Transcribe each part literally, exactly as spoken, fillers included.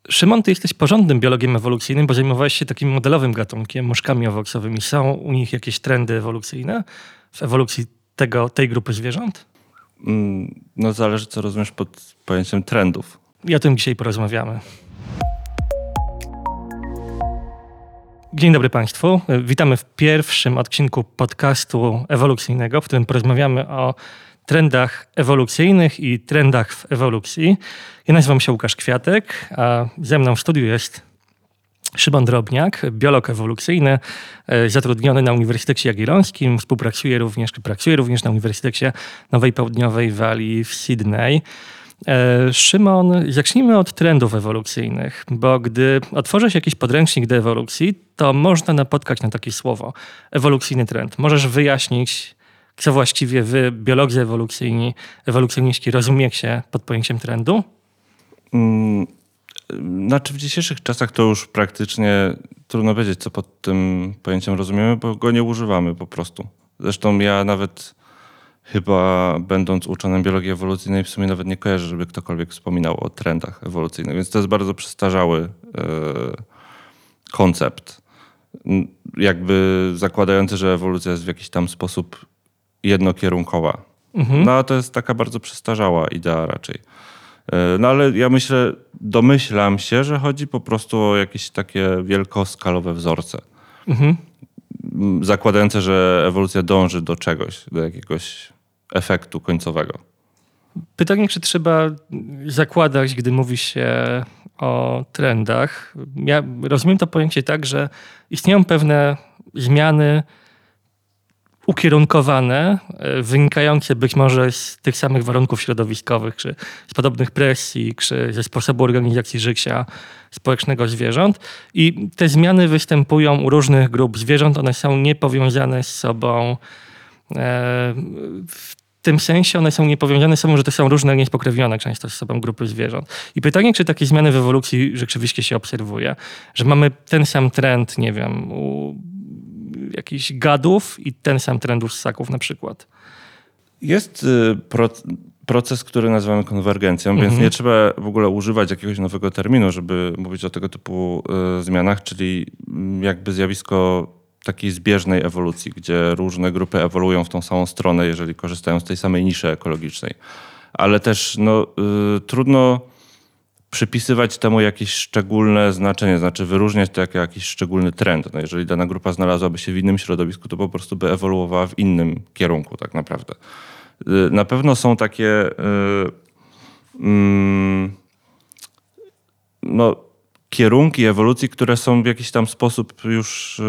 Szymon, ty jesteś porządnym biologiem ewolucyjnym, bo zajmowałeś się takim modelowym gatunkiem, muszkami owocowym. Są u nich jakieś trendy ewolucyjne w ewolucji tego, tej grupy zwierząt? No zależy, co rozumiesz pod pojęciem trendów. I o tym dzisiaj porozmawiamy. Dzień dobry Państwu. Witamy w pierwszym odcinku podcastu ewolucyjnego, w którym porozmawiamy o trendach ewolucyjnych i trendach w ewolucji. Ja nazywam się Łukasz Kwiatek, a ze mną w studiu jest Szymon Drobniak, biolog ewolucyjny, zatrudniony na Uniwersytecie Jagiellońskim. Współpracuje również, pracuje również na Uniwersytecie Nowej Południowej Walii w Sydney. Szymon, zacznijmy od trendów ewolucyjnych, bo gdy otworzy się jakiś podręcznik do ewolucji, to można napotkać na takie słowo ewolucyjny trend. Możesz wyjaśnić, co właściwie wy, biolodzy ewolucyjni, ewolucjoniści, rozumiecie pod pojęciem trendu? Hmm, znaczy w dzisiejszych czasach to już praktycznie trudno wiedzieć, co pod tym pojęciem rozumiemy, bo go nie używamy po prostu. Zresztą ja nawet chyba będąc uczonym biologii ewolucyjnej w sumie nawet nie kojarzę, żeby ktokolwiek wspominał o trendach ewolucyjnych, więc to jest bardzo przestarzały yy, koncept. Jakby zakładający, że ewolucja jest w jakiś tam sposób jednokierunkowa. Mhm. No a to jest taka bardzo przestarzała idea raczej. No ale ja myślę, domyślam się, że chodzi po prostu o jakieś takie wielkoskalowe wzorce. Mhm. Zakładające, że ewolucja dąży do czegoś, do jakiegoś efektu końcowego. Pytanie, czy trzeba zakładać, gdy mówi się o trendach. Ja rozumiem to pojęcie tak, że istnieją pewne zmiany ukierunkowane, wynikające być może z tych samych warunków środowiskowych, czy z podobnych presji, czy ze sposobu organizacji życia społecznego zwierząt. I te zmiany występują u różnych grup zwierząt. One są niepowiązane z sobą. W tym sensie one są niepowiązane z sobą, że to są różne, niespokrewnione często z sobą grupy zwierząt. I pytanie, czy takie zmiany w ewolucji rzeczywiście się obserwuje? Że mamy ten sam trend, nie wiem, u jakichś gadów i ten sam trend u ssaków na przykład. Jest pro, proces, który nazywamy konwergencją, mhm. więc nie trzeba w ogóle używać jakiegoś nowego terminu, żeby mówić o tego typu y, zmianach, czyli jakby zjawisko takiej zbieżnej ewolucji, gdzie różne grupy ewoluują w tą samą stronę, jeżeli korzystają z tej samej niszy ekologicznej. Ale też no, y, trudno przypisywać temu jakieś szczególne znaczenie, znaczy wyróżniać to jako jakiś szczególny trend. No jeżeli dana grupa znalazłaby się w innym środowisku, to po prostu by ewoluowała w innym kierunku tak naprawdę. Na pewno są takie yy, yy, no, kierunki ewolucji, które są w jakiś tam sposób już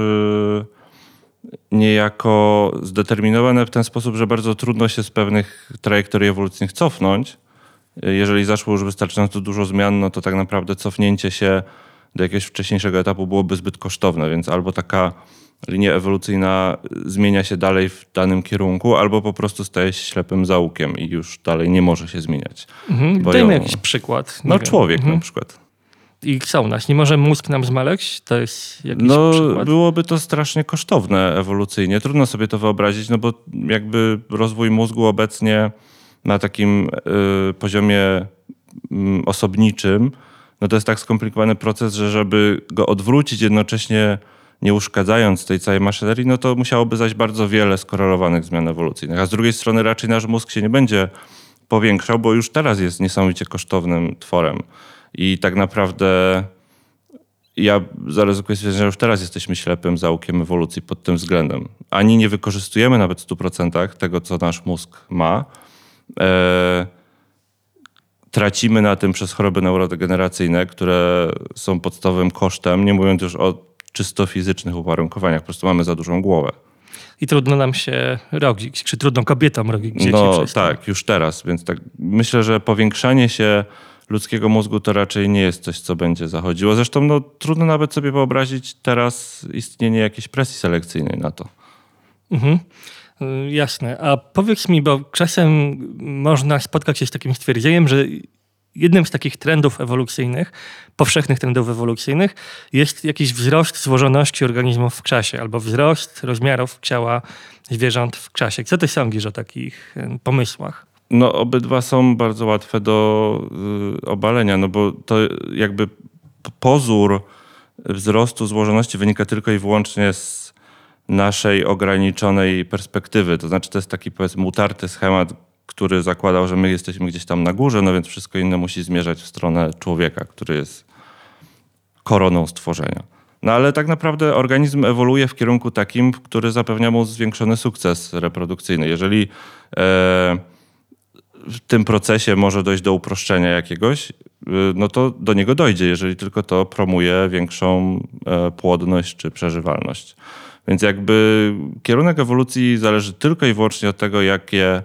yy, niejako zdeterminowane w ten sposób, że bardzo trudno się z pewnych trajektorii ewolucyjnych cofnąć. Jeżeli zaszło już wystarczająco dużo zmian, no to tak naprawdę cofnięcie się do jakiegoś wcześniejszego etapu byłoby zbyt kosztowne, więc albo taka linia ewolucyjna zmienia się dalej w danym kierunku, albo po prostu staje się ślepym zaułkiem i już dalej nie może się zmieniać. Mhm. Dajmy ją... jakiś przykład. No wiem. człowiek mhm. na przykład. I co u nas? Nie może mózg nam zmaleć? To jest jakiś no, przykład? Byłoby to strasznie kosztowne ewolucyjnie. Trudno sobie to wyobrazić, no bo jakby rozwój mózgu obecnie na takim y, poziomie y, osobniczym, no to jest tak skomplikowany proces, że żeby go odwrócić jednocześnie nie uszkadzając tej całej maszynerii, no to musiałoby zaś bardzo wiele skorelowanych zmian ewolucyjnych. A z drugiej strony raczej nasz mózg się nie będzie powiększał, bo już teraz jest niesamowicie kosztownym tworem. I tak naprawdę ja zaryzykuję stwierdzenie, że już teraz jesteśmy ślepym zaułkiem ewolucji pod tym względem. Ani nie wykorzystujemy nawet w stu procentach tego, co nasz mózg ma. E, tracimy na tym przez choroby neurodegeneracyjne, które są podstawowym kosztem, nie mówiąc już o czysto fizycznych uwarunkowaniach. Po prostu mamy za dużą głowę. I trudno nam się rodzić, czy trudno kobietom rodzić dzieci. No tak, już teraz. Więc tak myślę, że powiększanie się ludzkiego mózgu to raczej nie jest coś, co będzie zachodziło. Zresztą no, trudno nawet sobie wyobrazić teraz istnienie jakiejś presji selekcyjnej na to. Mhm. Jasne. A powiedz mi, bo czasem można spotkać się z takim stwierdzeniem, że jednym z takich trendów ewolucyjnych, powszechnych trendów ewolucyjnych jest jakiś wzrost złożoności organizmów w czasie albo wzrost rozmiarów ciała zwierząt w czasie. Co ty sądzisz o takich pomysłach? No obydwa są bardzo łatwe do y, obalenia, no bo to jakby pozór wzrostu złożoności wynika tylko i wyłącznie z naszej ograniczonej perspektywy. To znaczy to jest taki, powiedzmy, utarty schemat, który zakładał, że my jesteśmy gdzieś tam na górze, no więc wszystko inne musi zmierzać w stronę człowieka, który jest koroną stworzenia. No ale tak naprawdę organizm ewoluuje w kierunku takim, który zapewnia mu zwiększony sukces reprodukcyjny. Jeżeli e, w tym procesie może dojść do uproszczenia jakiegoś, no to do niego dojdzie, jeżeli tylko to promuje większą e, płodność czy przeżywalność. Więc jakby kierunek ewolucji zależy tylko i wyłącznie od tego, jakie,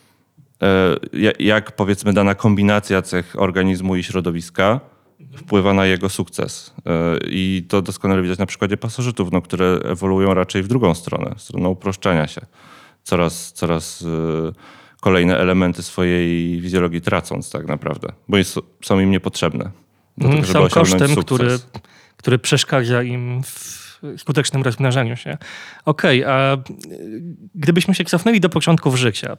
e, jak powiedzmy dana kombinacja cech organizmu i środowiska wpływa na jego sukces. I to doskonale widać na przykładzie pasożytów, no, które ewoluują raczej w drugą stronę, w stronę uproszczenia się. Coraz, coraz kolejne elementy swojej fizjologii tracąc tak naprawdę, bo jest, są im niepotrzebne. Do tego, żeby są osiągnąć kosztem, sukces. który, który przeszkadza im w skutecznym rozmnażaniu się. Okej, okay, a gdybyśmy się cofnęli do początków życia,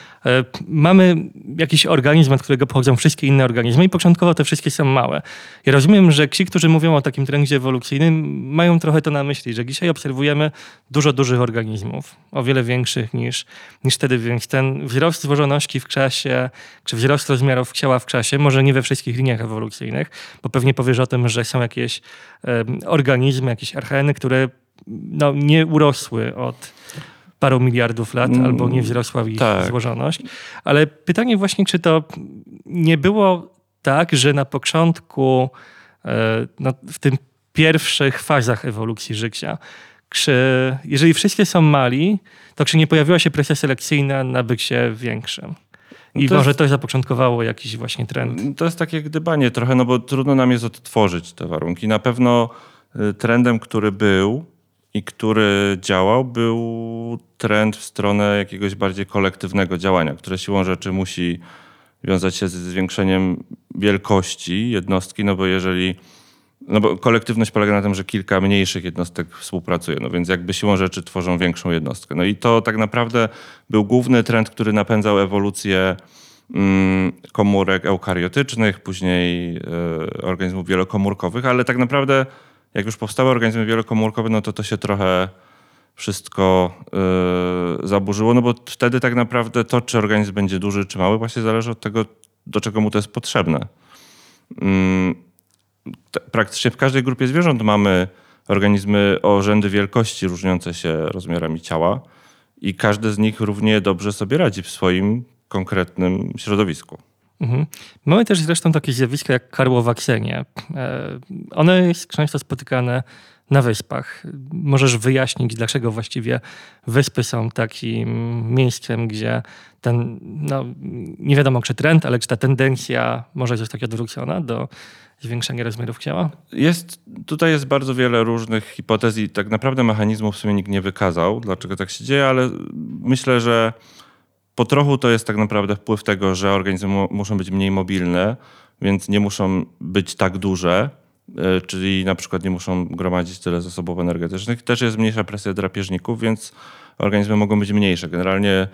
mamy jakiś organizm, od którego pochodzą wszystkie inne organizmy i początkowo te wszystkie są małe. Ja rozumiem, że ci, którzy mówią o takim trendzie ewolucyjnym, mają trochę to na myśli, że dzisiaj obserwujemy dużo dużych organizmów, o wiele większych niż, niż wtedy, więc ten wzrost złożoności w czasie, czy wzrost rozmiarów ciała w czasie, może nie we wszystkich liniach ewolucyjnych, bo pewnie powiesz o tym, że są jakieś um, organizmy, jakieś archaeny, które no, nie urosły od paru miliardów lat, mm, albo nie wzrosła ich tak. złożoność. Ale pytanie właśnie, czy to nie było tak, że na początku, no, w tych pierwszych fazach ewolucji życia, czy, jeżeli wszyscy są mali, to czy nie pojawiła się presja selekcyjna na bycie większym? I to może jest, to zapoczątkowało jakiś właśnie trend. To jest takie gdybanie trochę, no bo trudno nam jest odtworzyć te warunki. Na pewno trendem, który był i który działał, był trend w stronę jakiegoś bardziej kolektywnego działania, które siłą rzeczy musi wiązać się z zwiększeniem wielkości jednostki, no bo jeżeli, no bo kolektywność polega na tym, że kilka mniejszych jednostek współpracuje, no więc jakby siłą rzeczy tworzą większą jednostkę. No i to tak naprawdę był główny trend, który napędzał ewolucję mm, komórek eukariotycznych, później y, organizmów wielokomórkowych, ale tak naprawdę jak już powstały organizmy wielokomórkowe, no to to się trochę wszystko yy, zaburzyło, no bo wtedy tak naprawdę to, czy organizm będzie duży, czy mały, właśnie zależy od tego, do czego mu to jest potrzebne. Yy, t- praktycznie w każdej grupie zwierząt mamy organizmy o rzędy wielkości różniące się rozmiarami ciała i każdy z nich równie dobrze sobie radzi w swoim konkretnym środowisku. Mhm. Mamy też zresztą takie zjawisko jak karłowaksenie. One jest często spotykane na wyspach. Możesz wyjaśnić, dlaczego właściwie wyspy są takim miejscem, gdzie ten, no, nie wiadomo czy trend, ale czy ta tendencja może zostać odwrócona do zwiększenia rozmiarów ciała? Jest, tutaj jest bardzo wiele różnych hipotez i tak naprawdę mechanizmów w sumie nikt nie wykazał, dlaczego tak się dzieje, ale myślę, że po trochu to jest tak naprawdę wpływ tego, że organizmy muszą być mniej mobilne, więc nie muszą być tak duże, czyli na przykład nie muszą gromadzić tyle zasobów energetycznych. Też jest mniejsza presja drapieżników, więc organizmy mogą być mniejsze. Generalnie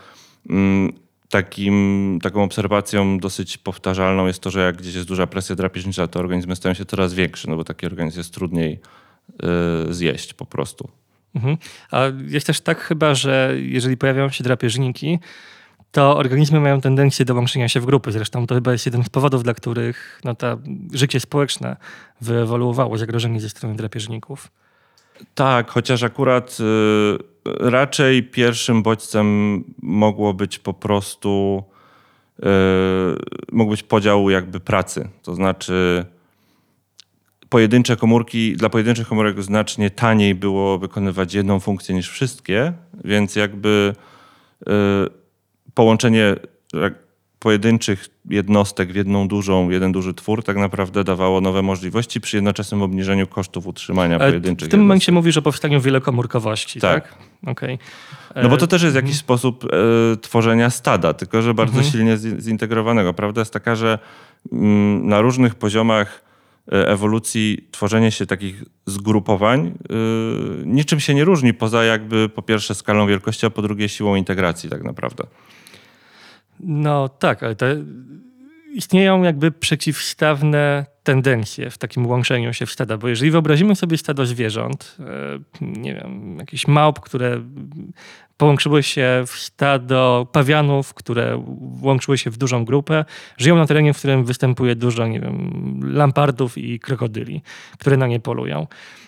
takim, taką obserwacją dosyć powtarzalną jest to, że jak gdzieś jest duża presja drapieżnicza, to organizmy stają się coraz większe, no bo taki organizm jest trudniej yy, zjeść po prostu. Mhm. A jest też tak chyba, że jeżeli pojawiają się drapieżniki, to organizmy mają tendencję do łączenia się w grupy. Zresztą to chyba jest jeden z powodów, dla których no, to życie społeczne wyewoluowało zagrożenie ze strony drapieżników. Tak, chociaż akurat y, raczej pierwszym bodźcem mogło być po prostu y, mógł być podział jakby pracy. To znaczy pojedyncze komórki, dla pojedynczych komórek znacznie taniej było wykonywać jedną funkcję niż wszystkie, więc jakby y, połączenie pojedynczych jednostek w jedną dużą, jeden duży twór tak naprawdę dawało nowe możliwości przy jednoczesnym obniżeniu kosztów utrzymania Ale pojedynczych w tym jednostek. momencie mówisz o powstaniu wielokomórkowości, tak? Tak. Okay. No bo to też jest jakiś sposób e, tworzenia stada, tylko że bardzo mhm. silnie z, zintegrowanego. Prawda jest taka, że m, na różnych poziomach ewolucji tworzenie się takich zgrupowań y, niczym się nie różni, poza jakby po pierwsze skalą wielkości, a po drugie siłą integracji tak naprawdę. No tak, ale to istnieją jakby przeciwstawne tendencje w takim łączeniu się w stada, bo jeżeli wyobrazimy sobie stado zwierząt, nie wiem, jakichś małp, które połączyły się w stado pawianów, które łączyły się w dużą grupę, żyją na terenie, w którym występuje dużo, nie wiem, lampardów i krokodyli, które na nie polują.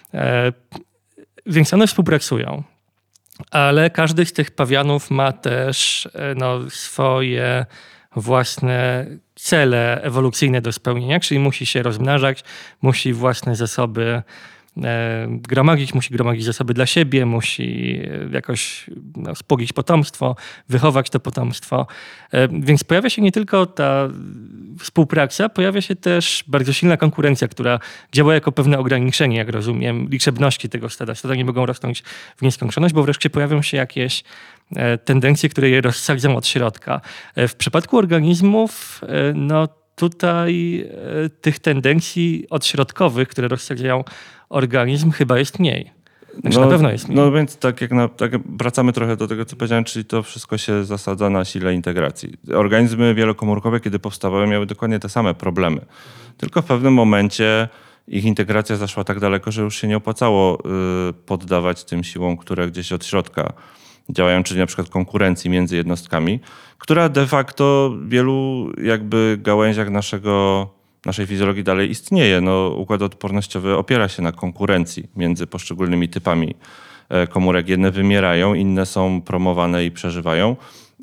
Więc one współpracują. Ale każdy z tych pawianów ma też no, swoje własne cele ewolucyjne do spełnienia, czyli musi się rozmnażać, musi własne zasoby e, gromadzić, musi gromadzić zasoby dla siebie, musi jakoś no, spłodzić potomstwo, wychować to potomstwo. E, więc pojawia się nie tylko ta współpraca, pojawia się też bardzo silna konkurencja, która działa jako pewne ograniczenie, jak rozumiem, liczebności tego stada. Stada nie mogą rosnąć w nieskończoność, bo wreszcie pojawią się jakieś tendencje, które je rozsadzą od środka. W przypadku organizmów, no tutaj tych tendencji odśrodkowych, które rozsadzają organizm, chyba jest mniej. Znaczy no, na pewno jest mniej. No więc tak jak, na, tak wracamy trochę do tego, co powiedziałem, czyli to wszystko się zasadza na sile integracji. Organizmy wielokomórkowe, kiedy powstawały, miały dokładnie te same problemy. Tylko w pewnym momencie ich integracja zaszła tak daleko, że już się nie opłacało y, poddawać tym siłom, które gdzieś od środka działają, czyli na przykład konkurencji między jednostkami, która de facto w wielu jakby gałęziach naszego, naszej fizjologii dalej istnieje. No, układ odpornościowy opiera się na konkurencji między poszczególnymi typami komórek. Jedne wymierają, inne są promowane i przeżywają,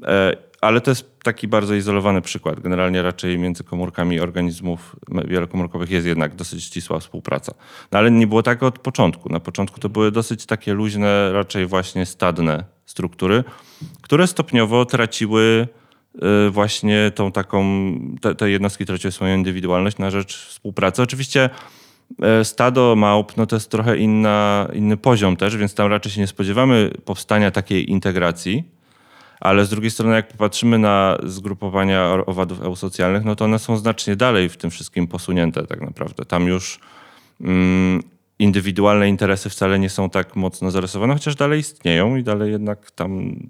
ale to jest taki bardzo izolowany przykład. Generalnie raczej między komórkami organizmów wielokomórkowych jest jednak dosyć ścisła współpraca. No, ale nie było tak od początku. Na początku to były dosyć takie luźne, raczej właśnie stadne struktury, które stopniowo traciły właśnie tą taką, te, te jednostki traciły swoją indywidualność na rzecz współpracy. Oczywiście stado małp, no to jest trochę inna, inny poziom też, więc tam raczej się nie spodziewamy powstania takiej integracji, ale z drugiej strony jak popatrzymy na zgrupowania owadów eusocjalnych, no to one są znacznie dalej w tym wszystkim posunięte tak naprawdę. Tam już mm, indywidualne interesy wcale nie są tak mocno zarysowane, chociaż dalej istnieją i dalej jednak tam y,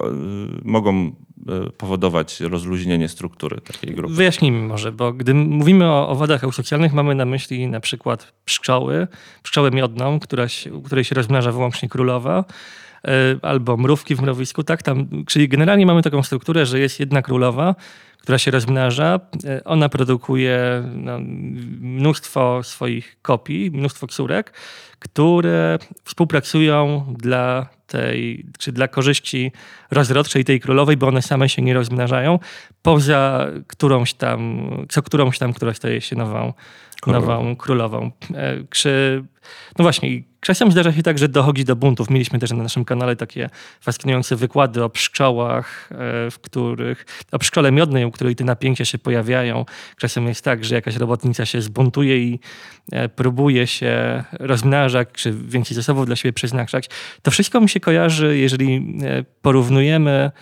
mogą y, powodować rozluźnienie struktury takiej grupy. Wyjaśnijmy może, bo gdy mówimy o owadach eusocjalnych, mamy na myśli na przykład pszczoły, pszczołę miodną, która się, której się rozmnaża wyłącznie królowa, y, albo mrówki w mrowisku, tak? Tam, czyli generalnie mamy taką strukturę, że jest jedna królowa, która się rozmnaża. Ona produkuje no, mnóstwo swoich kopii, mnóstwo córek, które współpracują dla tej, czy dla korzyści rozrodczej tej królowej, bo one same się nie rozmnażają, poza którąś tam, co którąś tam, która staje się nową królową. Nową królową. Czy, no właśnie, czasem zdarza się tak, że dochodzi do buntów. Mieliśmy też na naszym kanale takie fascynujące wykłady o pszczołach, w których, o pszczole miodnej, u której te napięcia się pojawiają. Czasem jest tak, że jakaś robotnica się zbuntuje i próbuje się rozmnażać, czy więcej zasobów dla siebie przeznaczać. To wszystko mi się kojarzy, jeżeli porównujemy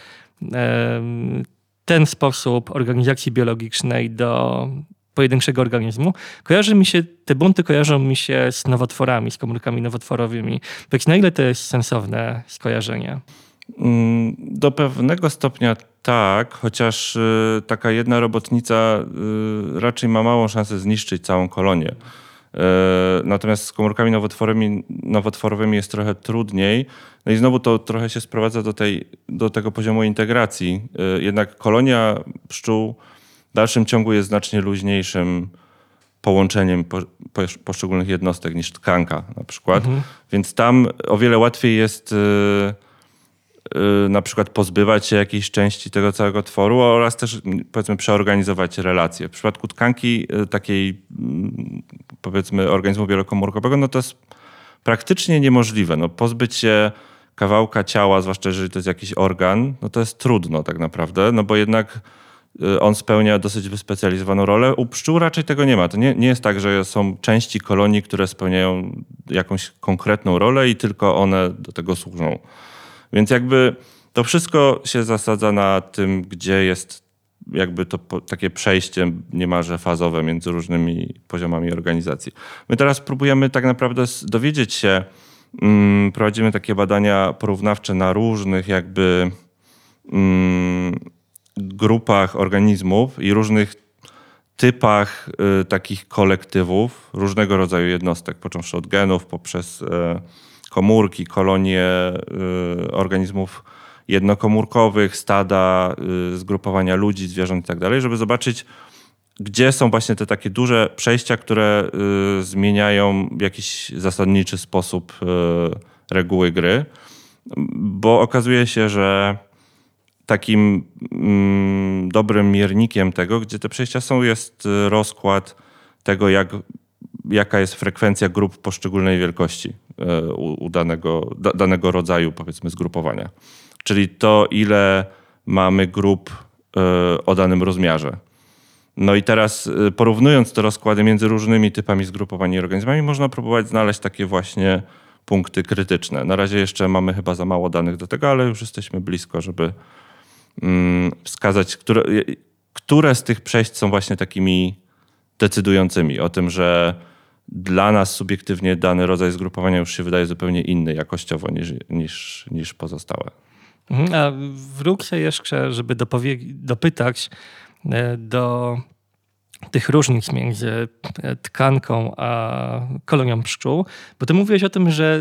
ten sposób organizacji biologicznej do pojedynczego organizmu. Kojarzy mi się, te bunty kojarzą mi się z nowotworami, z komórkami nowotworowymi. Więc na ile to jest sensowne skojarzenie? Do pewnego stopnia tak, chociaż taka jedna robotnica raczej ma małą szansę zniszczyć całą kolonię. Natomiast z komórkami nowotworowymi, nowotworowymi jest trochę trudniej. No i znowu to trochę się sprowadza do, tej, do tego poziomu integracji. Jednak kolonia pszczół w dalszym ciągu jest znacznie luźniejszym połączeniem po, po, poszczególnych jednostek niż tkanka na przykład. Mhm. Więc tam o wiele łatwiej jest yy, yy, na przykład pozbywać się jakiejś części tego całego tworu oraz też powiedzmy przeorganizować relacje. W przypadku tkanki yy, takiej yy, powiedzmy organizmu wielokomórkowego, no to jest praktycznie niemożliwe. No, pozbyć się kawałka ciała, zwłaszcza jeżeli to jest jakiś organ, no to jest trudno tak naprawdę, no bo jednak on spełnia dosyć wyspecjalizowaną rolę. U pszczół raczej tego nie ma. To nie, nie jest tak, że są części kolonii, które spełniają jakąś konkretną rolę i tylko one do tego służą. Więc jakby to wszystko się zasadza na tym, gdzie jest jakby to takie przejście niemalże fazowe między różnymi poziomami organizacji. My teraz próbujemy tak naprawdę dowiedzieć się, um, prowadzimy takie badania porównawcze na różnych jakby um, grupach organizmów i różnych typach y, takich kolektywów, różnego rodzaju jednostek, począwszy od genów, poprzez y, komórki, kolonie y, organizmów jednokomórkowych, stada, y, zgrupowania ludzi, zwierząt i tak dalej, żeby zobaczyć, gdzie są właśnie te takie duże przejścia, które y, zmieniają w jakiś zasadniczy sposób y, reguły gry. Bo okazuje się, że takim mm, dobrym miernikiem tego, gdzie te przejścia są, jest rozkład tego, jak, jaka jest frekwencja grup poszczególnej wielkości y, u, u danego, da, danego rodzaju, powiedzmy, zgrupowania. Czyli to, ile mamy grup y, o danym rozmiarze. No i teraz porównując te rozkłady między różnymi typami zgrupowań i organizmami, można próbować znaleźć takie właśnie punkty krytyczne. Na razie jeszcze mamy chyba za mało danych do tego, ale już jesteśmy blisko, żeby mm, wskazać, które, które z tych przejść są właśnie takimi decydującymi o tym, że dla nas subiektywnie dany rodzaj zgrupowania już się wydaje zupełnie inny jakościowo niż, niż, niż pozostałe. A wróg się jeszcze, żeby dopowie- dopytać do tych różnic między tkanką a kolonią pszczół, bo ty mówiłeś o tym, że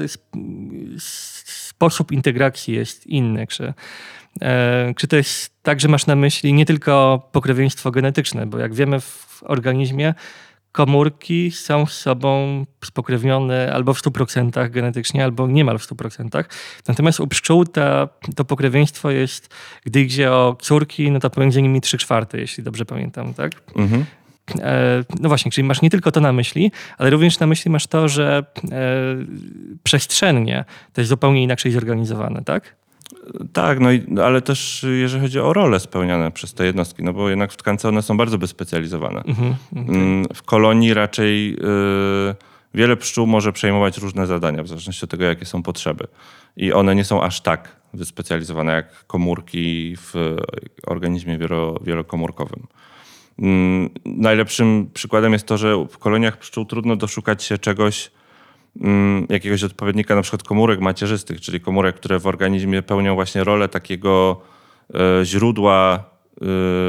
sposób integracji jest inny. Czy, e, czy to jest tak, że masz na myśli nie tylko pokrewieństwo genetyczne, bo jak wiemy w organizmie komórki są z sobą spokrewnione albo w stu procentach genetycznie, albo niemal w stu procentach. Natomiast u pszczół ta, to pokrewieństwo jest, gdy idzie o córki, no to pomiędzy nimi trzy czwarte, jeśli dobrze pamiętam, tak? Mhm. E, no właśnie, czyli masz nie tylko to na myśli, ale również na myśli masz to, że e, przestrzennie to jest zupełnie inaczej zorganizowane, tak? Tak, no i, ale też jeżeli chodzi o role spełniane przez te jednostki, no bo jednak w tkance one są bardzo wyspecjalizowane. Mhm, okay. W kolonii raczej y, wiele pszczół może przejmować różne zadania w zależności od tego, jakie są potrzeby. I one nie są aż tak wyspecjalizowane jak komórki w organizmie wielo, wielokomórkowym. Y, najlepszym przykładem jest to, że w koloniach pszczół trudno doszukać się czegoś, jakiegoś odpowiednika na przykład komórek macierzystych, czyli komórek, które w organizmie pełnią właśnie rolę takiego e, źródła e,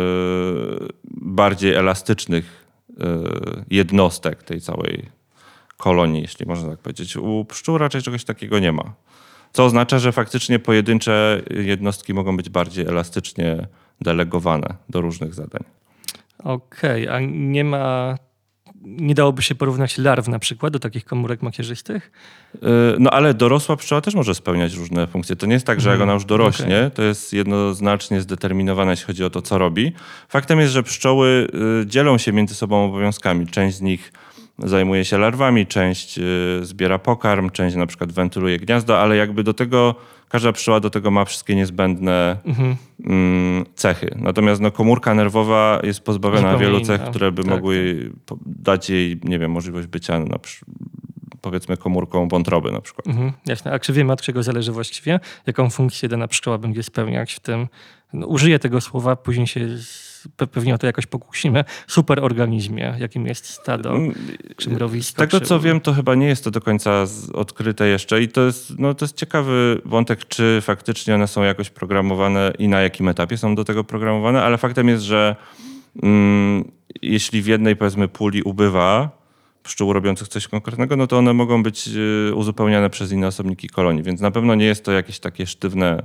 bardziej elastycznych e, jednostek tej całej kolonii, jeśli można tak powiedzieć. U pszczół raczej czegoś takiego nie ma. Co oznacza, że faktycznie pojedyncze jednostki mogą być bardziej elastycznie delegowane do różnych zadań. Okej, okay, a nie ma... Nie dałoby się porównać larw na przykład do takich komórek macierzystych? No ale dorosła pszczoła też może spełniać różne funkcje. To nie jest tak, że jak ona już dorośnie, okay. to jest jednoznacznie zdeterminowane, jeśli chodzi o to, co robi. Faktem jest, że pszczoły dzielą się między sobą obowiązkami. Część z nich zajmuje się larwami, część zbiera pokarm, część na przykład wentyluje gniazdo, ale jakby do tego każda pszczoła do tego ma wszystkie niezbędne mhm. cechy. Natomiast no, komórka nerwowa jest pozbawiona zupełnie wielu cech, inna. które by tak, mogły tak. dać jej, nie wiem, możliwość bycia na, powiedzmy komórką wątroby na przykład. Mhm, jasne. A czy wiemy, od czego zależy właściwie? Jaką funkcję dana pszczoła będzie spełniać w tym? No, użyję tego słowa, później się pewnie o to jakoś pokusimy. Superorganizmie, jakim jest stado, czy mrowisko. Z tego, czy... co wiem, to chyba nie jest to do końca odkryte jeszcze i to jest, no, to jest ciekawy wątek, czy faktycznie one są jakoś programowane i na jakim etapie są do tego programowane, ale faktem jest, że mm, jeśli w jednej, powiedzmy, puli ubywa pszczół robiących coś konkretnego, no to one mogą być uzupełniane przez inne osobniki kolonii, więc na pewno nie jest to jakieś takie sztywne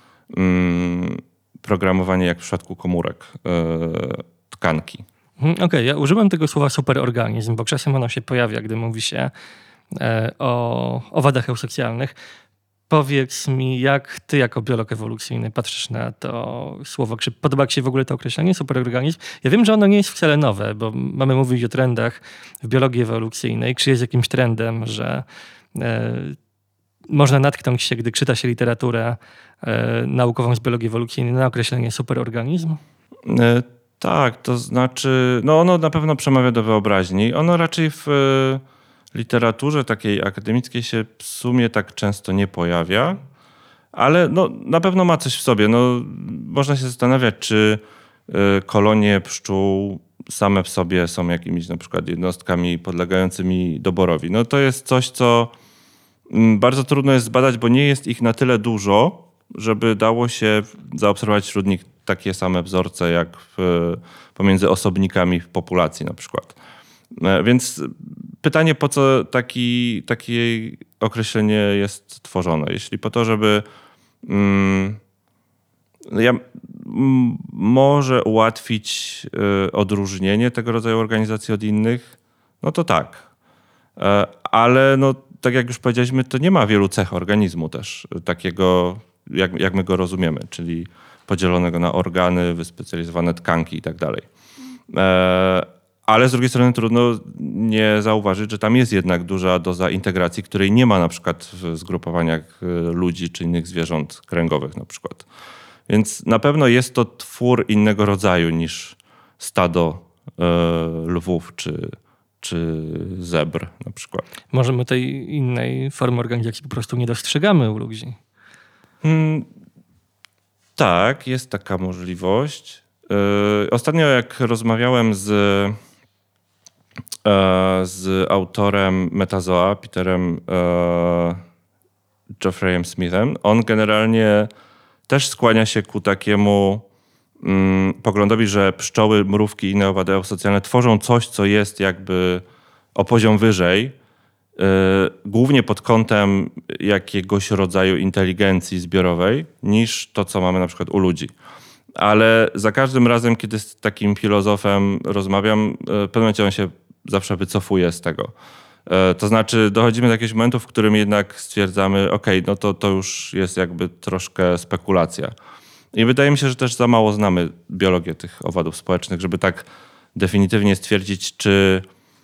mm, programowanie jak w przypadku komórek yy, tkanki. Okej, okay, ja użyłem tego słowa superorganizm, bo czasem ono się pojawia, gdy mówi się e, o owadach eusocjalnych. Powiedz mi, jak ty jako biolog ewolucyjny patrzysz na to słowo? Czy podoba ci się w ogóle to określenie superorganizm? Ja wiem, że ono nie jest wcale nowe, bo mamy mówić o trendach w biologii ewolucyjnej. Czy jest jakimś trendem, że e, można natknąć się, gdy czyta się literaturę e, naukową z biologii ewolucyjnej, na określenie superorganizm? E, tak, to znaczy, no ono na pewno przemawia do wyobraźni. Ono raczej w e, literaturze takiej akademickiej się w sumie tak często nie pojawia, ale no, na pewno ma coś w sobie. No, można się zastanawiać, czy e, kolonie pszczół same w sobie są jakimiś na przykład jednostkami podlegającymi doborowi. No to jest coś, co bardzo trudno jest zbadać, bo nie jest ich na tyle dużo, żeby dało się zaobserwować wśród nich takie same wzorce jak w, pomiędzy osobnikami w populacji na przykład. Więc pytanie, po co taki, takie określenie jest tworzone? Jeśli po to, żeby mm, ja, m, może ułatwić y, odróżnienie tego rodzaju organizacji od innych, no to tak. E, ale no, tak jak już powiedzieliśmy, to nie ma wielu cech organizmu też takiego, jak, jak my go rozumiemy, czyli podzielonego na organy, wyspecjalizowane tkanki i tak dalej. Ale z drugiej strony trudno nie zauważyć, że tam jest jednak duża doza integracji, której nie ma na przykład w zgrupowaniach ludzi czy innych zwierząt kręgowych na przykład. Więc na pewno jest to twór innego rodzaju niż stado e, lwów czy, czy zebr na przykład. Może my tej innej formy organizacji po prostu nie dostrzegamy u ludzi. Hmm, tak, jest taka możliwość. Yy, ostatnio jak rozmawiałem z, yy, z autorem Metazoa, Peterem yy, Geoffreyem Smithem, on generalnie też skłania się ku takiemu yy, poglądowi, że pszczoły, mrówki i inne owady eusocjalne tworzą coś, co jest jakby o poziom wyżej, yy, głównie pod kątem jakiegoś rodzaju inteligencji zbiorowej, niż to, co mamy na przykład u ludzi. Ale za każdym razem, kiedy z takim filozofem rozmawiam, w pewnym momencie on się zawsze wycofuje z tego. To znaczy dochodzimy do jakiegoś momentu, w którym jednak stwierdzamy, ok, no to, to już jest jakby troszkę spekulacja. I wydaje mi się, że też za mało znamy biologię tych owadów społecznych, żeby tak definitywnie stwierdzić, czy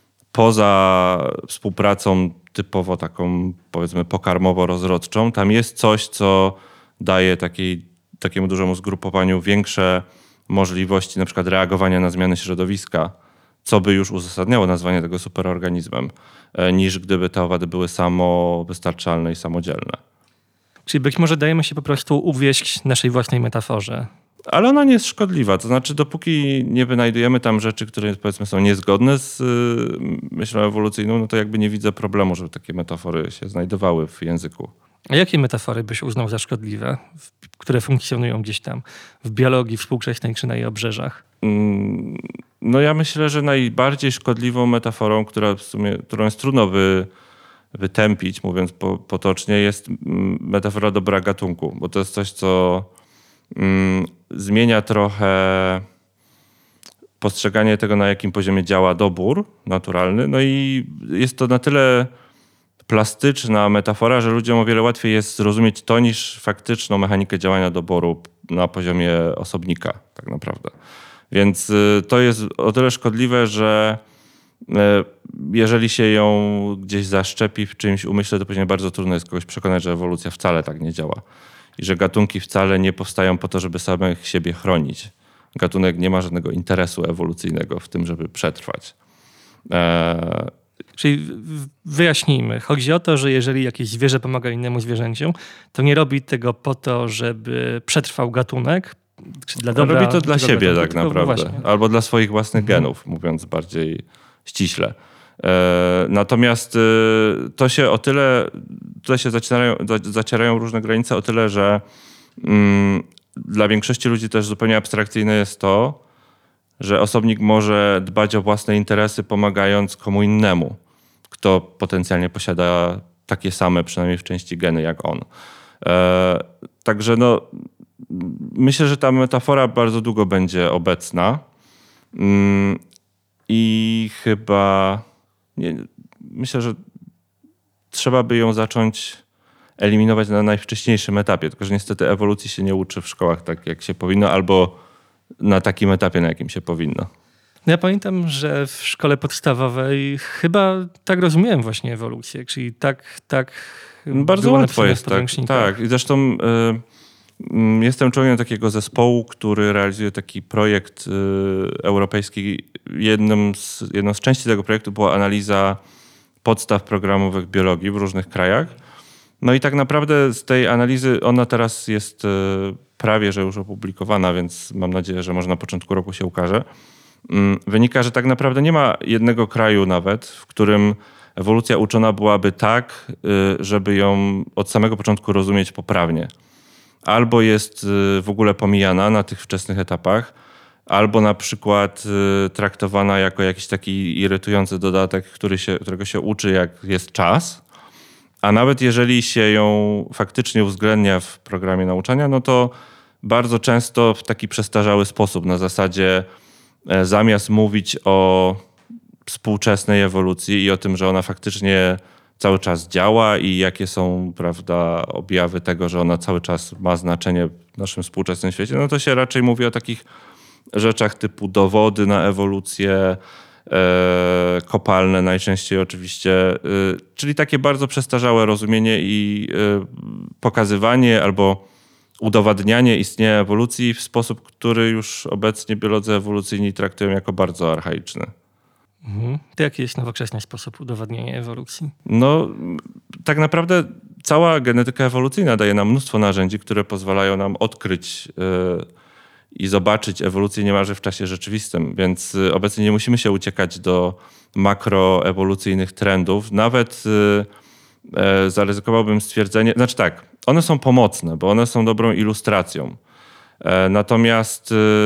poza współpracą typowo taką, powiedzmy, pokarmowo-rozrodczą, tam jest coś, co daje takiej takiemu dużemu zgrupowaniu większe możliwości na przykład reagowania na zmiany środowiska, co by już uzasadniało nazwanie tego superorganizmem, niż gdyby te owady były samowystarczalne i samodzielne. Czyli być może dajemy się po prostu uwieść naszej własnej metaforze. Ale ona nie jest szkodliwa. To znaczy, dopóki nie wynajdujemy tam rzeczy, które powiedzmy są niezgodne z y, myślą ewolucyjną, no to jakby nie widzę problemu, żeby takie metafory się znajdowały w języku. A jakie metafory byś uznał za szkodliwe, które funkcjonują gdzieś tam w biologii współczesnej czy na jej obrzeżach? Mm, no ja myślę, że najbardziej szkodliwą metaforą, która w sumie, którą jest trudno wy, wytępić, mówiąc po, potocznie, jest metafora dobra gatunku, bo to jest coś, co mm, zmienia trochę postrzeganie tego, na jakim poziomie działa dobór naturalny. No i jest to na tyle plastyczna metafora, że ludziom o wiele łatwiej jest zrozumieć to niż faktyczną mechanikę działania doboru na poziomie osobnika tak naprawdę. Więc to jest o tyle szkodliwe, że jeżeli się ją gdzieś zaszczepi w czymś umyśle, to później bardzo trudno jest kogoś przekonać, że ewolucja wcale tak nie działa. I że gatunki wcale nie powstają po to, żeby samych siebie chronić. Gatunek nie ma żadnego interesu ewolucyjnego w tym, żeby przetrwać. Eee, Czyli wyjaśnijmy. Chodzi o to, że jeżeli jakieś zwierzę pomaga innemu zwierzęciu, to nie robi tego po to, żeby przetrwał gatunek, czy dla dobra, robi to dla siebie gatunku, tak naprawdę. Właśnie. Albo dla swoich własnych mhm. genów, mówiąc bardziej ściśle. E, natomiast e, to się o tyle, tutaj się zacierają, zacierają różne granice o tyle, że mm, dla większości ludzi też zupełnie abstrakcyjne jest to, że osobnik może dbać o własne interesy, pomagając komu innemu, kto potencjalnie posiada takie same, przynajmniej w części, geny jak on. E, także no, myślę, że ta metafora bardzo długo będzie obecna mm, i chyba nie, myślę, że trzeba by ją zacząć eliminować na najwcześniejszym etapie, tylko że niestety ewolucji się nie uczy w szkołach tak, jak się powinno, albo na takim etapie, na jakim się powinno. Ja pamiętam, że w szkole podstawowej chyba tak rozumiałem właśnie ewolucję, czyli tak, tak bardzo łatwo jest, tak, tak. I zresztą y, y, jestem członkiem takiego zespołu, który realizuje taki projekt y, europejski. Jednym z, jedną z części tego projektu była analiza podstaw programowych biologii w różnych krajach. No i tak naprawdę z tej analizy, ona teraz jest y, prawie, że już opublikowana, więc mam nadzieję, że może na początku roku się ukaże. Wynika, że tak naprawdę nie ma jednego kraju nawet, w którym ewolucja uczona byłaby tak, żeby ją od samego początku rozumieć poprawnie. albo jest w ogóle pomijana na tych wczesnych etapach, albo na przykład traktowana jako jakiś taki irytujący dodatek, który się, którego się uczy, jak jest czas. A nawet jeżeli się ją faktycznie uwzględnia w programie nauczania, no to bardzo często w taki przestarzały sposób, na zasadzie zamiast mówić o współczesnej ewolucji i o tym, że ona faktycznie cały czas działa i jakie są, prawda, objawy tego, że ona cały czas ma znaczenie w naszym współczesnym świecie, no to się raczej mówi o takich rzeczach typu dowody na ewolucję, e, kopalne najczęściej oczywiście, e, czyli takie bardzo przestarzałe rozumienie i e, pokazywanie albo udowadnianie istnienia ewolucji w sposób, który już obecnie biolodzy ewolucyjni traktują jako bardzo archaiczny. Mhm. To jaki jest nowoczesny sposób udowadniania ewolucji? No, tak naprawdę cała genetyka ewolucyjna daje nam mnóstwo narzędzi, które pozwalają nam odkryć yy, i zobaczyć ewolucję niemalże w czasie rzeczywistym, więc yy, obecnie nie musimy się uciekać do makroewolucyjnych trendów. Nawet yy, yy, zaryzykowałbym stwierdzenie, znaczy tak, one są pomocne, bo one są dobrą ilustracją. Yy, natomiast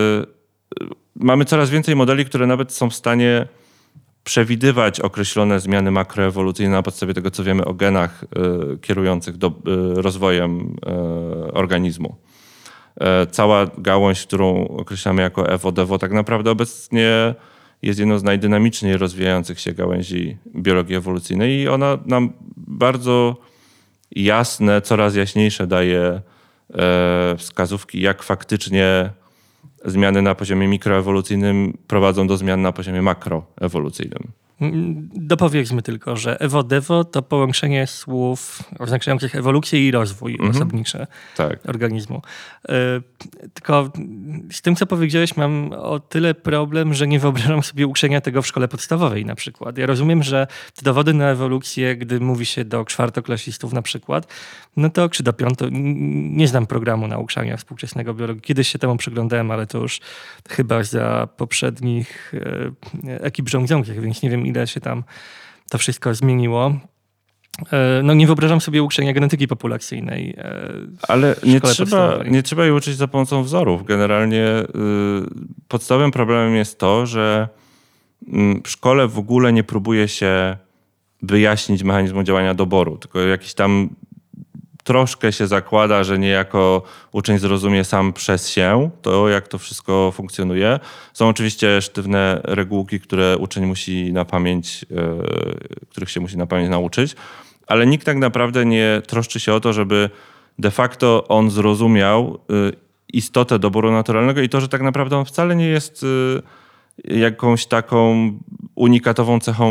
yy, mamy coraz więcej modeli, które nawet są w stanie przewidywać określone zmiany makroewolucyjne na podstawie tego, co wiemy o genach y, kierujących do, y, rozwojem y, organizmu. Y, cała gałąź, którą określamy jako ewo-dewo, tak naprawdę obecnie jest jedną z najdynamiczniej rozwijających się gałęzi biologii ewolucyjnej i ona nam bardzo jasne, coraz jaśniejsze daje y, wskazówki, jak faktycznie zmiany na poziomie mikroewolucyjnym prowadzą do zmian na poziomie makroewolucyjnym. Dopowiedzmy tylko, że ewo-dewo to połączenie słów oznaczających ewolucję i rozwój mhm. osobniczy tak. organizmu. Yy, tylko z tym, co powiedziałeś, mam o tyle problem, że nie wyobrażam sobie uczenia tego w szkole podstawowej na przykład. Ja rozumiem, że te dowody na ewolucję, gdy mówi się do czwartoklasistów na przykład, no to czy do piąto... Nie znam programu nauczania współczesnego biologii. Kiedyś się temu przyglądałem, ale to już chyba za poprzednich yy, ekip rządzących, więc nie wiem, ile się tam to wszystko zmieniło. No nie wyobrażam sobie uczenia genetyki populacyjnej. Ale nie trzeba, nie trzeba jej uczyć za pomocą wzorów. Generalnie yy, podstawowym problemem jest to, że yy, w szkole w ogóle nie próbuje się wyjaśnić mechanizmu działania doboru, tylko jakiś tam troszkę się zakłada, że niejako uczeń zrozumie sam przez się to, jak to wszystko funkcjonuje. Są oczywiście sztywne regułki, które uczeń musi na pamięć, yy, których się musi na pamięć nauczyć, ale nikt tak naprawdę nie troszczy się o to, żeby de facto on zrozumiał yy, istotę doboru naturalnego i to, że tak naprawdę on wcale nie jest yy, jakąś taką unikatową cechą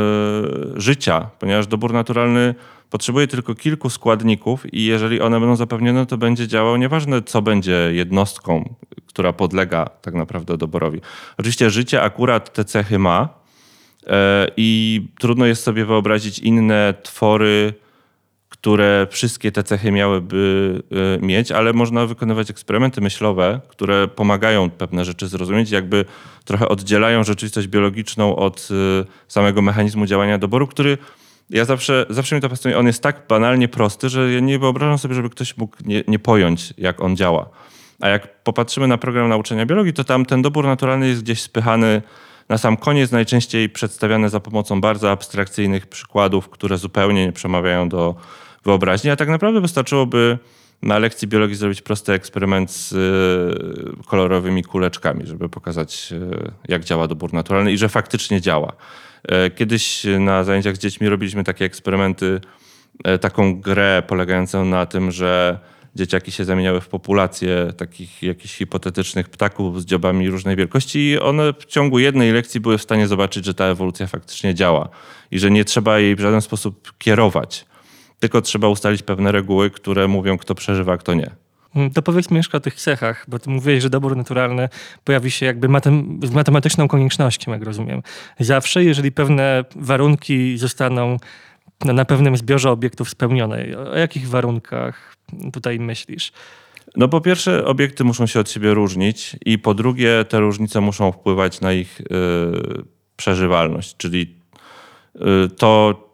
yy, życia, ponieważ dobór naturalny potrzebuje tylko kilku składników i jeżeli one będą zapewnione, to będzie działał, nieważne co będzie jednostką, która podlega tak naprawdę doborowi. Oczywiście życie akurat te cechy ma yy, i trudno jest sobie wyobrazić inne twory, które wszystkie te cechy miałyby yy, mieć, ale można wykonywać eksperymenty myślowe, które pomagają pewne rzeczy zrozumieć, jakby trochę oddzielają rzeczywistość biologiczną od yy, samego mechanizmu działania doboru, który ja zawsze, zawsze mi to pasuje. On jest tak banalnie prosty, że ja nie wyobrażam sobie, żeby ktoś mógł nie, nie pojąć, jak on działa. A jak popatrzymy na program nauczania biologii, to tam ten dobór naturalny jest gdzieś spychany na sam koniec, najczęściej przedstawiany za pomocą bardzo abstrakcyjnych przykładów, które zupełnie nie przemawiają do wyobraźni. A tak naprawdę wystarczyłoby na lekcji biologii zrobić prosty eksperyment z y, kolorowymi kuleczkami, żeby pokazać, y, jak działa dobór naturalny i że faktycznie działa. Kiedyś na zajęciach z dziećmi robiliśmy takie eksperymenty, taką grę polegającą na tym, że dzieciaki się zamieniały w populację takich jakichś hipotetycznych ptaków z dziobami różnej wielkości i one w ciągu jednej lekcji były w stanie zobaczyć, że ta ewolucja faktycznie działa i że nie trzeba jej w żaden sposób kierować, tylko trzeba ustalić pewne reguły, które mówią, kto przeżywa, kto nie. To powiedzmy jeszcze o tych cechach, bo ty mówiłeś, że dobór naturalny pojawi się jakby matem- z matematyczną koniecznością, jak rozumiem. Zawsze, jeżeli pewne warunki zostaną no, na pewnym zbiorze obiektów spełnione. O jakich warunkach tutaj myślisz? No po pierwsze, obiekty muszą się od siebie różnić i po drugie, te różnice muszą wpływać na ich yy, przeżywalność, czyli yy, to,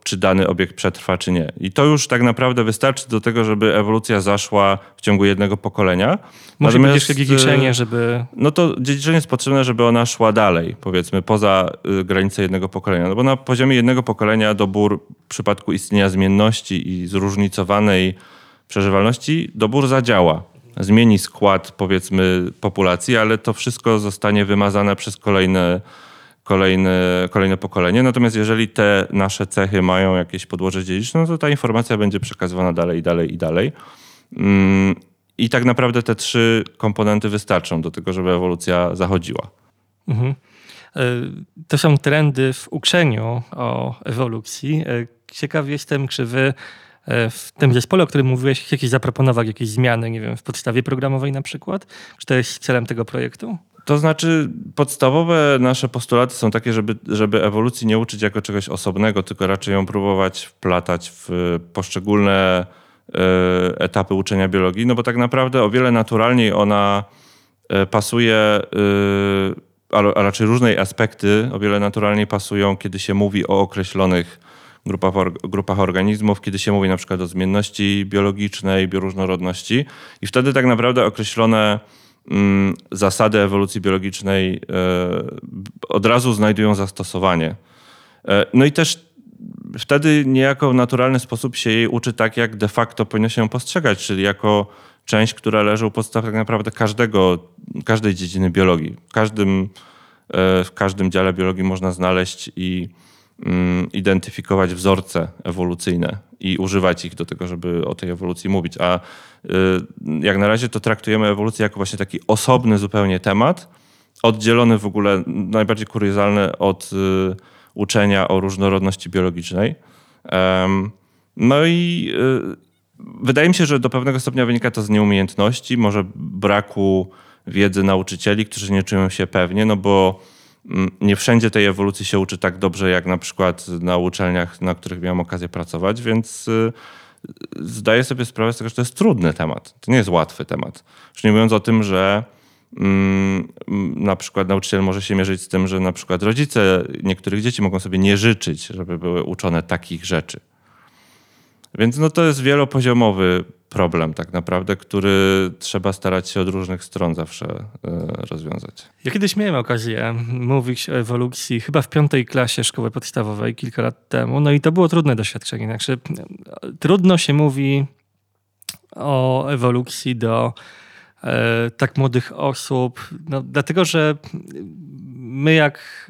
czy dany obiekt przetrwa, czy nie. I to już tak naprawdę wystarczy do tego, żeby ewolucja zaszła w ciągu jednego pokolenia. Musi być jeszcze dziedziczenie, żeby... No to dziedziczenie jest potrzebne, żeby ona szła dalej, powiedzmy, poza y, granicę jednego pokolenia. No bo na poziomie jednego pokolenia dobór w przypadku istnienia zmienności i zróżnicowanej przeżywalności, dobór zadziała. Zmieni skład, powiedzmy, populacji, ale to wszystko zostanie wymazane przez kolejne, kolejne, kolejne pokolenie. Natomiast jeżeli te nasze cechy mają jakieś podłoże dziedziczne, no to ta informacja będzie przekazywana dalej, dalej i dalej. Mm, I tak naprawdę te trzy komponenty wystarczą do tego, żeby ewolucja zachodziła. Mhm. To są trendy w uczeniu o ewolucji. Ciekaw jestem, czy wy w tym zespole, o którym mówiłeś, jakieś zaproponować jakieś zmiany, nie wiem, w podstawie programowej na przykład? Czy to jest celem tego projektu? To znaczy podstawowe nasze postulaty są takie, żeby, żeby ewolucji nie uczyć jako czegoś osobnego, tylko raczej ją próbować wplatać w poszczególne y, etapy uczenia biologii, no bo tak naprawdę o wiele naturalniej ona y, pasuje, y, a, a raczej różne aspekty o wiele naturalniej pasują, kiedy się mówi o określonych grupach, grupach organizmów, kiedy się mówi na przykład o zmienności biologicznej, bioróżnorodności i wtedy tak naprawdę określone mm, zasady ewolucji biologicznej e, od razu znajdują zastosowanie. E, no i też wtedy niejako w naturalny sposób się jej uczy tak, jak de facto powinno się ją postrzegać, czyli jako część, która leży u podstaw tak naprawdę każdego, każdej dziedziny biologii. W każdym, e, w każdym dziale biologii można znaleźć i identyfikować wzorce ewolucyjne i używać ich do tego, żeby o tej ewolucji mówić. A jak na razie to traktujemy ewolucję jako właśnie taki osobny zupełnie temat, oddzielony w ogóle, najbardziej kuriozalny od uczenia o różnorodności biologicznej. No i wydaje mi się, że do pewnego stopnia wynika to z nieumiejętności, może braku wiedzy nauczycieli, którzy nie czują się pewnie, no bo nie wszędzie tej ewolucji się uczy tak dobrze, jak na przykład na uczelniach, na których miałem okazję pracować, więc zdaję sobie sprawę z tego, że to jest trudny temat. To nie jest łatwy temat. Już nie mówiąc o tym, że mm, na przykład nauczyciel może się mierzyć z tym, że na przykład rodzice niektórych dzieci mogą sobie nie życzyć, żeby były uczone takich rzeczy. Więc no to jest wielopoziomowy problem tak naprawdę, który trzeba starać się od różnych stron zawsze y, rozwiązać. Ja kiedyś miałem okazję mówić o ewolucji chyba w piątej klasie szkoły podstawowej kilka lat temu, no i to było trudne doświadczenie. Znaczy, trudno się mówi o ewolucji do e, tak młodych osób, no, dlatego że my jak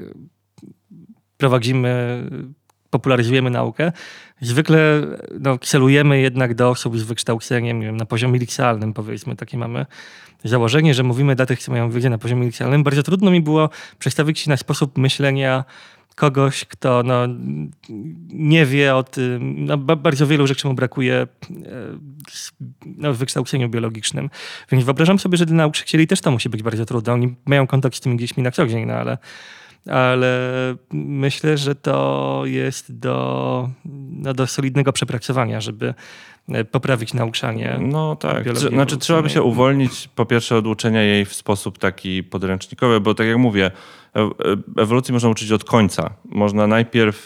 prowadzimy, popularyzujemy naukę, zwykle no, celujemy jednak do osób z wykształceniem, nie wiem, na poziomie licealnym, powiedzmy. Takie mamy założenie, że mówimy dla tych, co mają wiedzę na poziomie licealnym. Bardzo trudno mi było przestawić się na sposób myślenia kogoś, kto no, nie wie o tym, no, bardzo wielu rzeczy mu brakuje no, w wykształceniu biologicznym. Więc wyobrażam sobie, że dla nauczycieli też to musi być bardzo trudne. Oni mają kontakt z tymi dziećmi na co dzień, no ale ale myślę, że to jest do, no do solidnego przepracowania, żeby poprawić nauczanie. No tak, znaczy trzeba by się uwolnić po pierwsze od uczenia jej w sposób taki podręcznikowy, bo tak jak mówię, ewolucji można uczyć od końca. Można najpierw,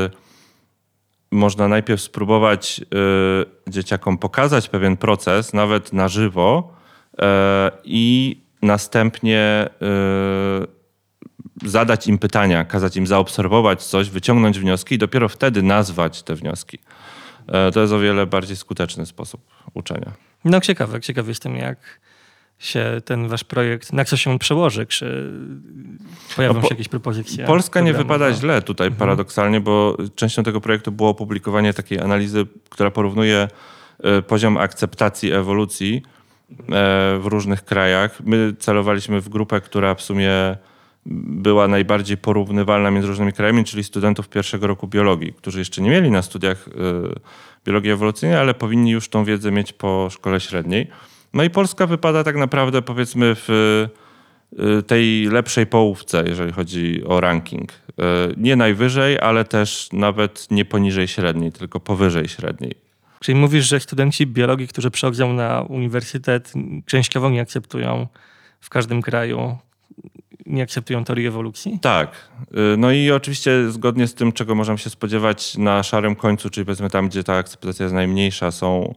można najpierw spróbować dzieciakom pokazać pewien proces, nawet na żywo i następnie zadać im pytania, kazać im zaobserwować coś, wyciągnąć wnioski i dopiero wtedy nazwać te wnioski. To jest o wiele bardziej skuteczny sposób uczenia. No ciekawe, ciekaw jestem, jak się ten wasz projekt, na co się on przełoży, czy pojawią no po, się jakieś propozycje? Polska nie wypada źle tutaj mhm. paradoksalnie, bo częścią tego projektu było opublikowanie takiej analizy, która porównuje poziom akceptacji ewolucji w różnych krajach. My celowaliśmy w grupę, która w sumie była najbardziej porównywalna między różnymi krajami, czyli studentów pierwszego roku biologii, którzy jeszcze nie mieli na studiach biologii ewolucyjnej, ale powinni już tą wiedzę mieć po szkole średniej. No i Polska wypada tak naprawdę powiedzmy w tej lepszej połówce, jeżeli chodzi o ranking. Nie najwyżej, ale też nawet nie poniżej średniej, tylko powyżej średniej. Czyli mówisz, że studenci biologii, którzy przychodzą na uniwersytet, częściowo nie akceptują w każdym kraju nie akceptują teorii ewolucji? Tak. No i oczywiście zgodnie z tym, czego możemy się spodziewać na szarym końcu, czyli powiedzmy tam, gdzie ta akceptacja jest najmniejsza, są,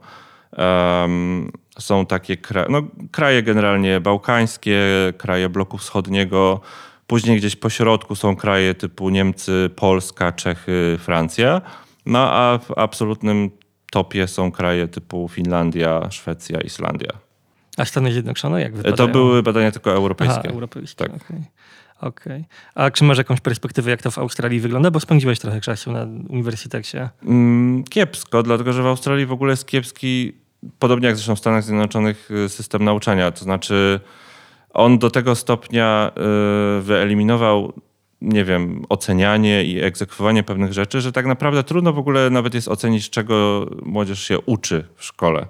um, są takie kraje, no, kraje generalnie bałkańskie, kraje bloku wschodniego. Później gdzieś po środku są kraje typu Niemcy, Polska, Czechy, Francja. No a w absolutnym topie są kraje typu Finlandia, Szwecja, Islandia. A Stany Zjednoczone jak wypadają? To były badania tylko europejskie. Aha, europejskie, tak. okej. Okay. A czy masz jakąś perspektywę, jak to w Australii wygląda? Bo spędziłeś trochę czasu na uniwersytecie. Mm, kiepsko, dlatego że w Australii w ogóle jest kiepski, podobnie jak zresztą w Stanach Zjednoczonych, system nauczania. To znaczy on do tego stopnia y, wyeliminował, nie wiem, ocenianie i egzekwowanie pewnych rzeczy, że tak naprawdę trudno w ogóle nawet jest ocenić, czego młodzież się uczy w szkole.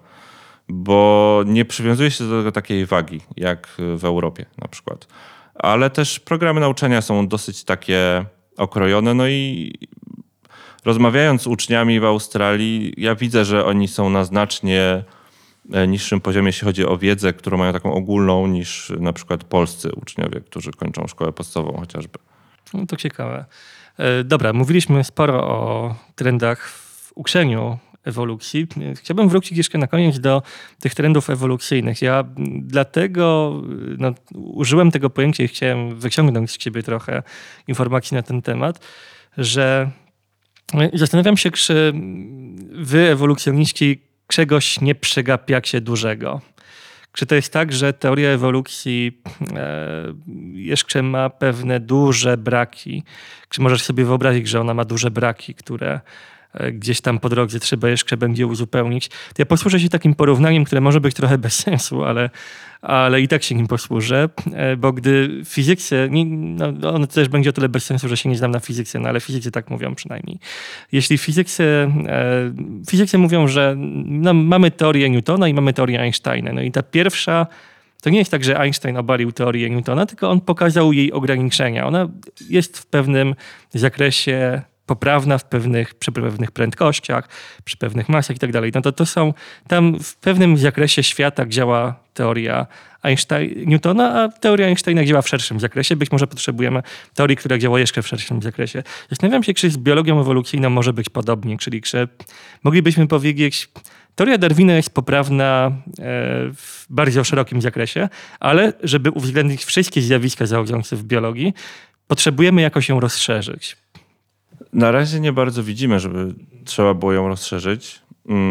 Bo nie przywiązuje się do tego takiej wagi, jak w Europie na przykład. Ale też programy nauczania są dosyć takie okrojone. No i rozmawiając z uczniami w Australii, ja widzę, że oni są na znacznie niższym poziomie, jeśli chodzi o wiedzę, którą mają taką ogólną, niż na przykład polscy uczniowie, którzy kończą szkołę podstawową chociażby. No to ciekawe. Dobra, mówiliśmy sporo o trendach w uczeniu ewolucji. Chciałbym wrócić jeszcze na koniec do tych trendów ewolucyjnych. Ja dlatego no, użyłem tego pojęcia i chciałem wyciągnąć z ciebie trochę informacji na ten temat, że zastanawiam się, czy wy, ewolucjoniści, czegoś nie przegapiacie dużego. Czy to jest tak, że teoria ewolucji e, jeszcze ma pewne duże braki? Czy możesz sobie wyobrazić, że ona ma duże braki, które gdzieś tam po drodze trzeba jeszcze będzie uzupełnić? Ja posłużę się takim porównaniem, które może być trochę bez sensu, ale, ale i tak się nim posłużę, bo gdy w fizyce, no on też będzie o tyle bez sensu, że się nie znam na fizyce, no ale fizycy tak mówią przynajmniej. Jeśli w fizyce, fizycy mówią, że no, mamy teorię Newtona i mamy teorię Einsteina, no i ta pierwsza, to nie jest tak, że Einstein obalił teorię Newtona, tylko on pokazał jej ograniczenia. Ona jest w pewnym zakresie poprawna w pewnych, przy pewnych prędkościach, przy pewnych masach i tak dalej. No to to są, tam w pewnym zakresie świata działa teoria Einstein, Newtona, a teoria Einsteina działa w szerszym zakresie. Być może potrzebujemy teorii, która działa jeszcze w szerszym zakresie. Zastanawiam się, czy z biologią ewolucyjną może być podobnie, czyli czy moglibyśmy powiedzieć, teoria Darwina jest poprawna w bardzo szerokim zakresie, ale żeby uwzględnić wszystkie zjawiska zachodzące w biologii, potrzebujemy jakoś ją rozszerzyć. Na razie nie bardzo widzimy, żeby trzeba było ją rozszerzyć.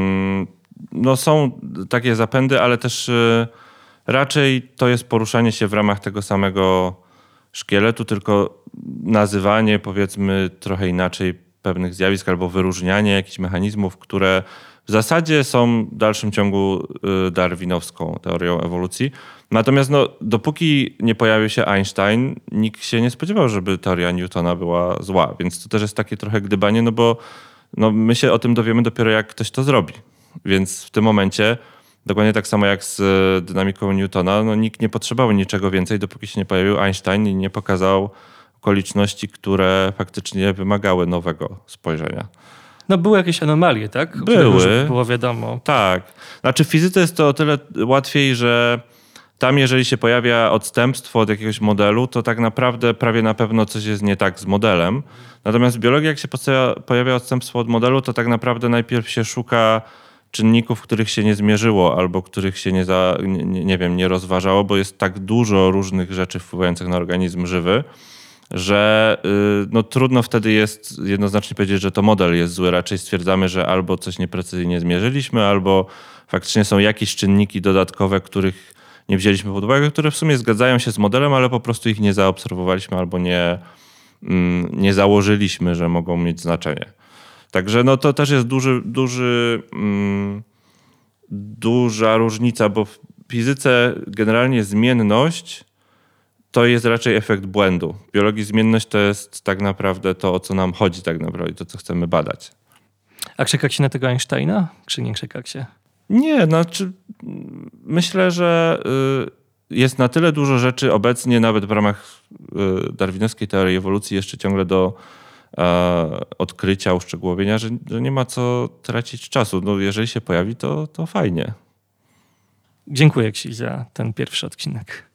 No są takie zapędy, ale też raczej to jest poruszanie się w ramach tego samego szkieletu, tylko nazywanie, powiedzmy, trochę inaczej pewnych zjawisk albo wyróżnianie jakichś mechanizmów, które w zasadzie są w dalszym ciągu darwinowską teorią ewolucji. Natomiast no, dopóki nie pojawił się Einstein, nikt się nie spodziewał, żeby teoria Newtona była zła. Więc to też jest takie trochę gdybanie, no bo no, my się o tym dowiemy dopiero jak ktoś to zrobi. Więc w tym momencie, dokładnie tak samo jak z dynamiką Newtona, no, nikt nie potrzebował niczego więcej, dopóki się nie pojawił Einstein i nie pokazał okoliczności, które faktycznie wymagały nowego spojrzenia. No były jakieś anomalie, tak? Były. Było wiadomo. Tak. Znaczy w fizyce jest to o tyle łatwiej, że tam jeżeli się pojawia odstępstwo od jakiegoś modelu, to tak naprawdę prawie na pewno coś jest nie tak z modelem. Natomiast w biologii jak się pojawia odstępstwo od modelu, to tak naprawdę najpierw się szuka czynników, których się nie zmierzyło albo których się nie, za, nie, nie wiem, nie rozważało, bo jest tak dużo różnych rzeczy wpływających na organizm żywy, że no, trudno wtedy jest jednoznacznie powiedzieć, że to model jest zły. Raczej stwierdzamy, że albo coś nieprecyzyjnie zmierzyliśmy, albo faktycznie są jakieś czynniki dodatkowe, których nie wzięliśmy pod uwagę, które w sumie zgadzają się z modelem, ale po prostu ich nie zaobserwowaliśmy albo nie, nie założyliśmy, że mogą mieć znaczenie. Także no, to też jest duży, duży, duża różnica, bo w fizyce generalnie zmienność to jest raczej efekt błędu. W biologii zmienność to jest tak naprawdę to, o co nam chodzi tak naprawdę, to, co chcemy badać. A czekać się na tego Einsteina, czy nie czekać się? Nie, znaczy myślę, że jest na tyle dużo rzeczy obecnie, nawet w ramach darwinowskiej teorii ewolucji, jeszcze ciągle do odkrycia, uszczegółowienia, że, że nie ma co tracić czasu. No, jeżeli się pojawi, to, to fajnie. Dziękuję ci za ten pierwszy odcinek.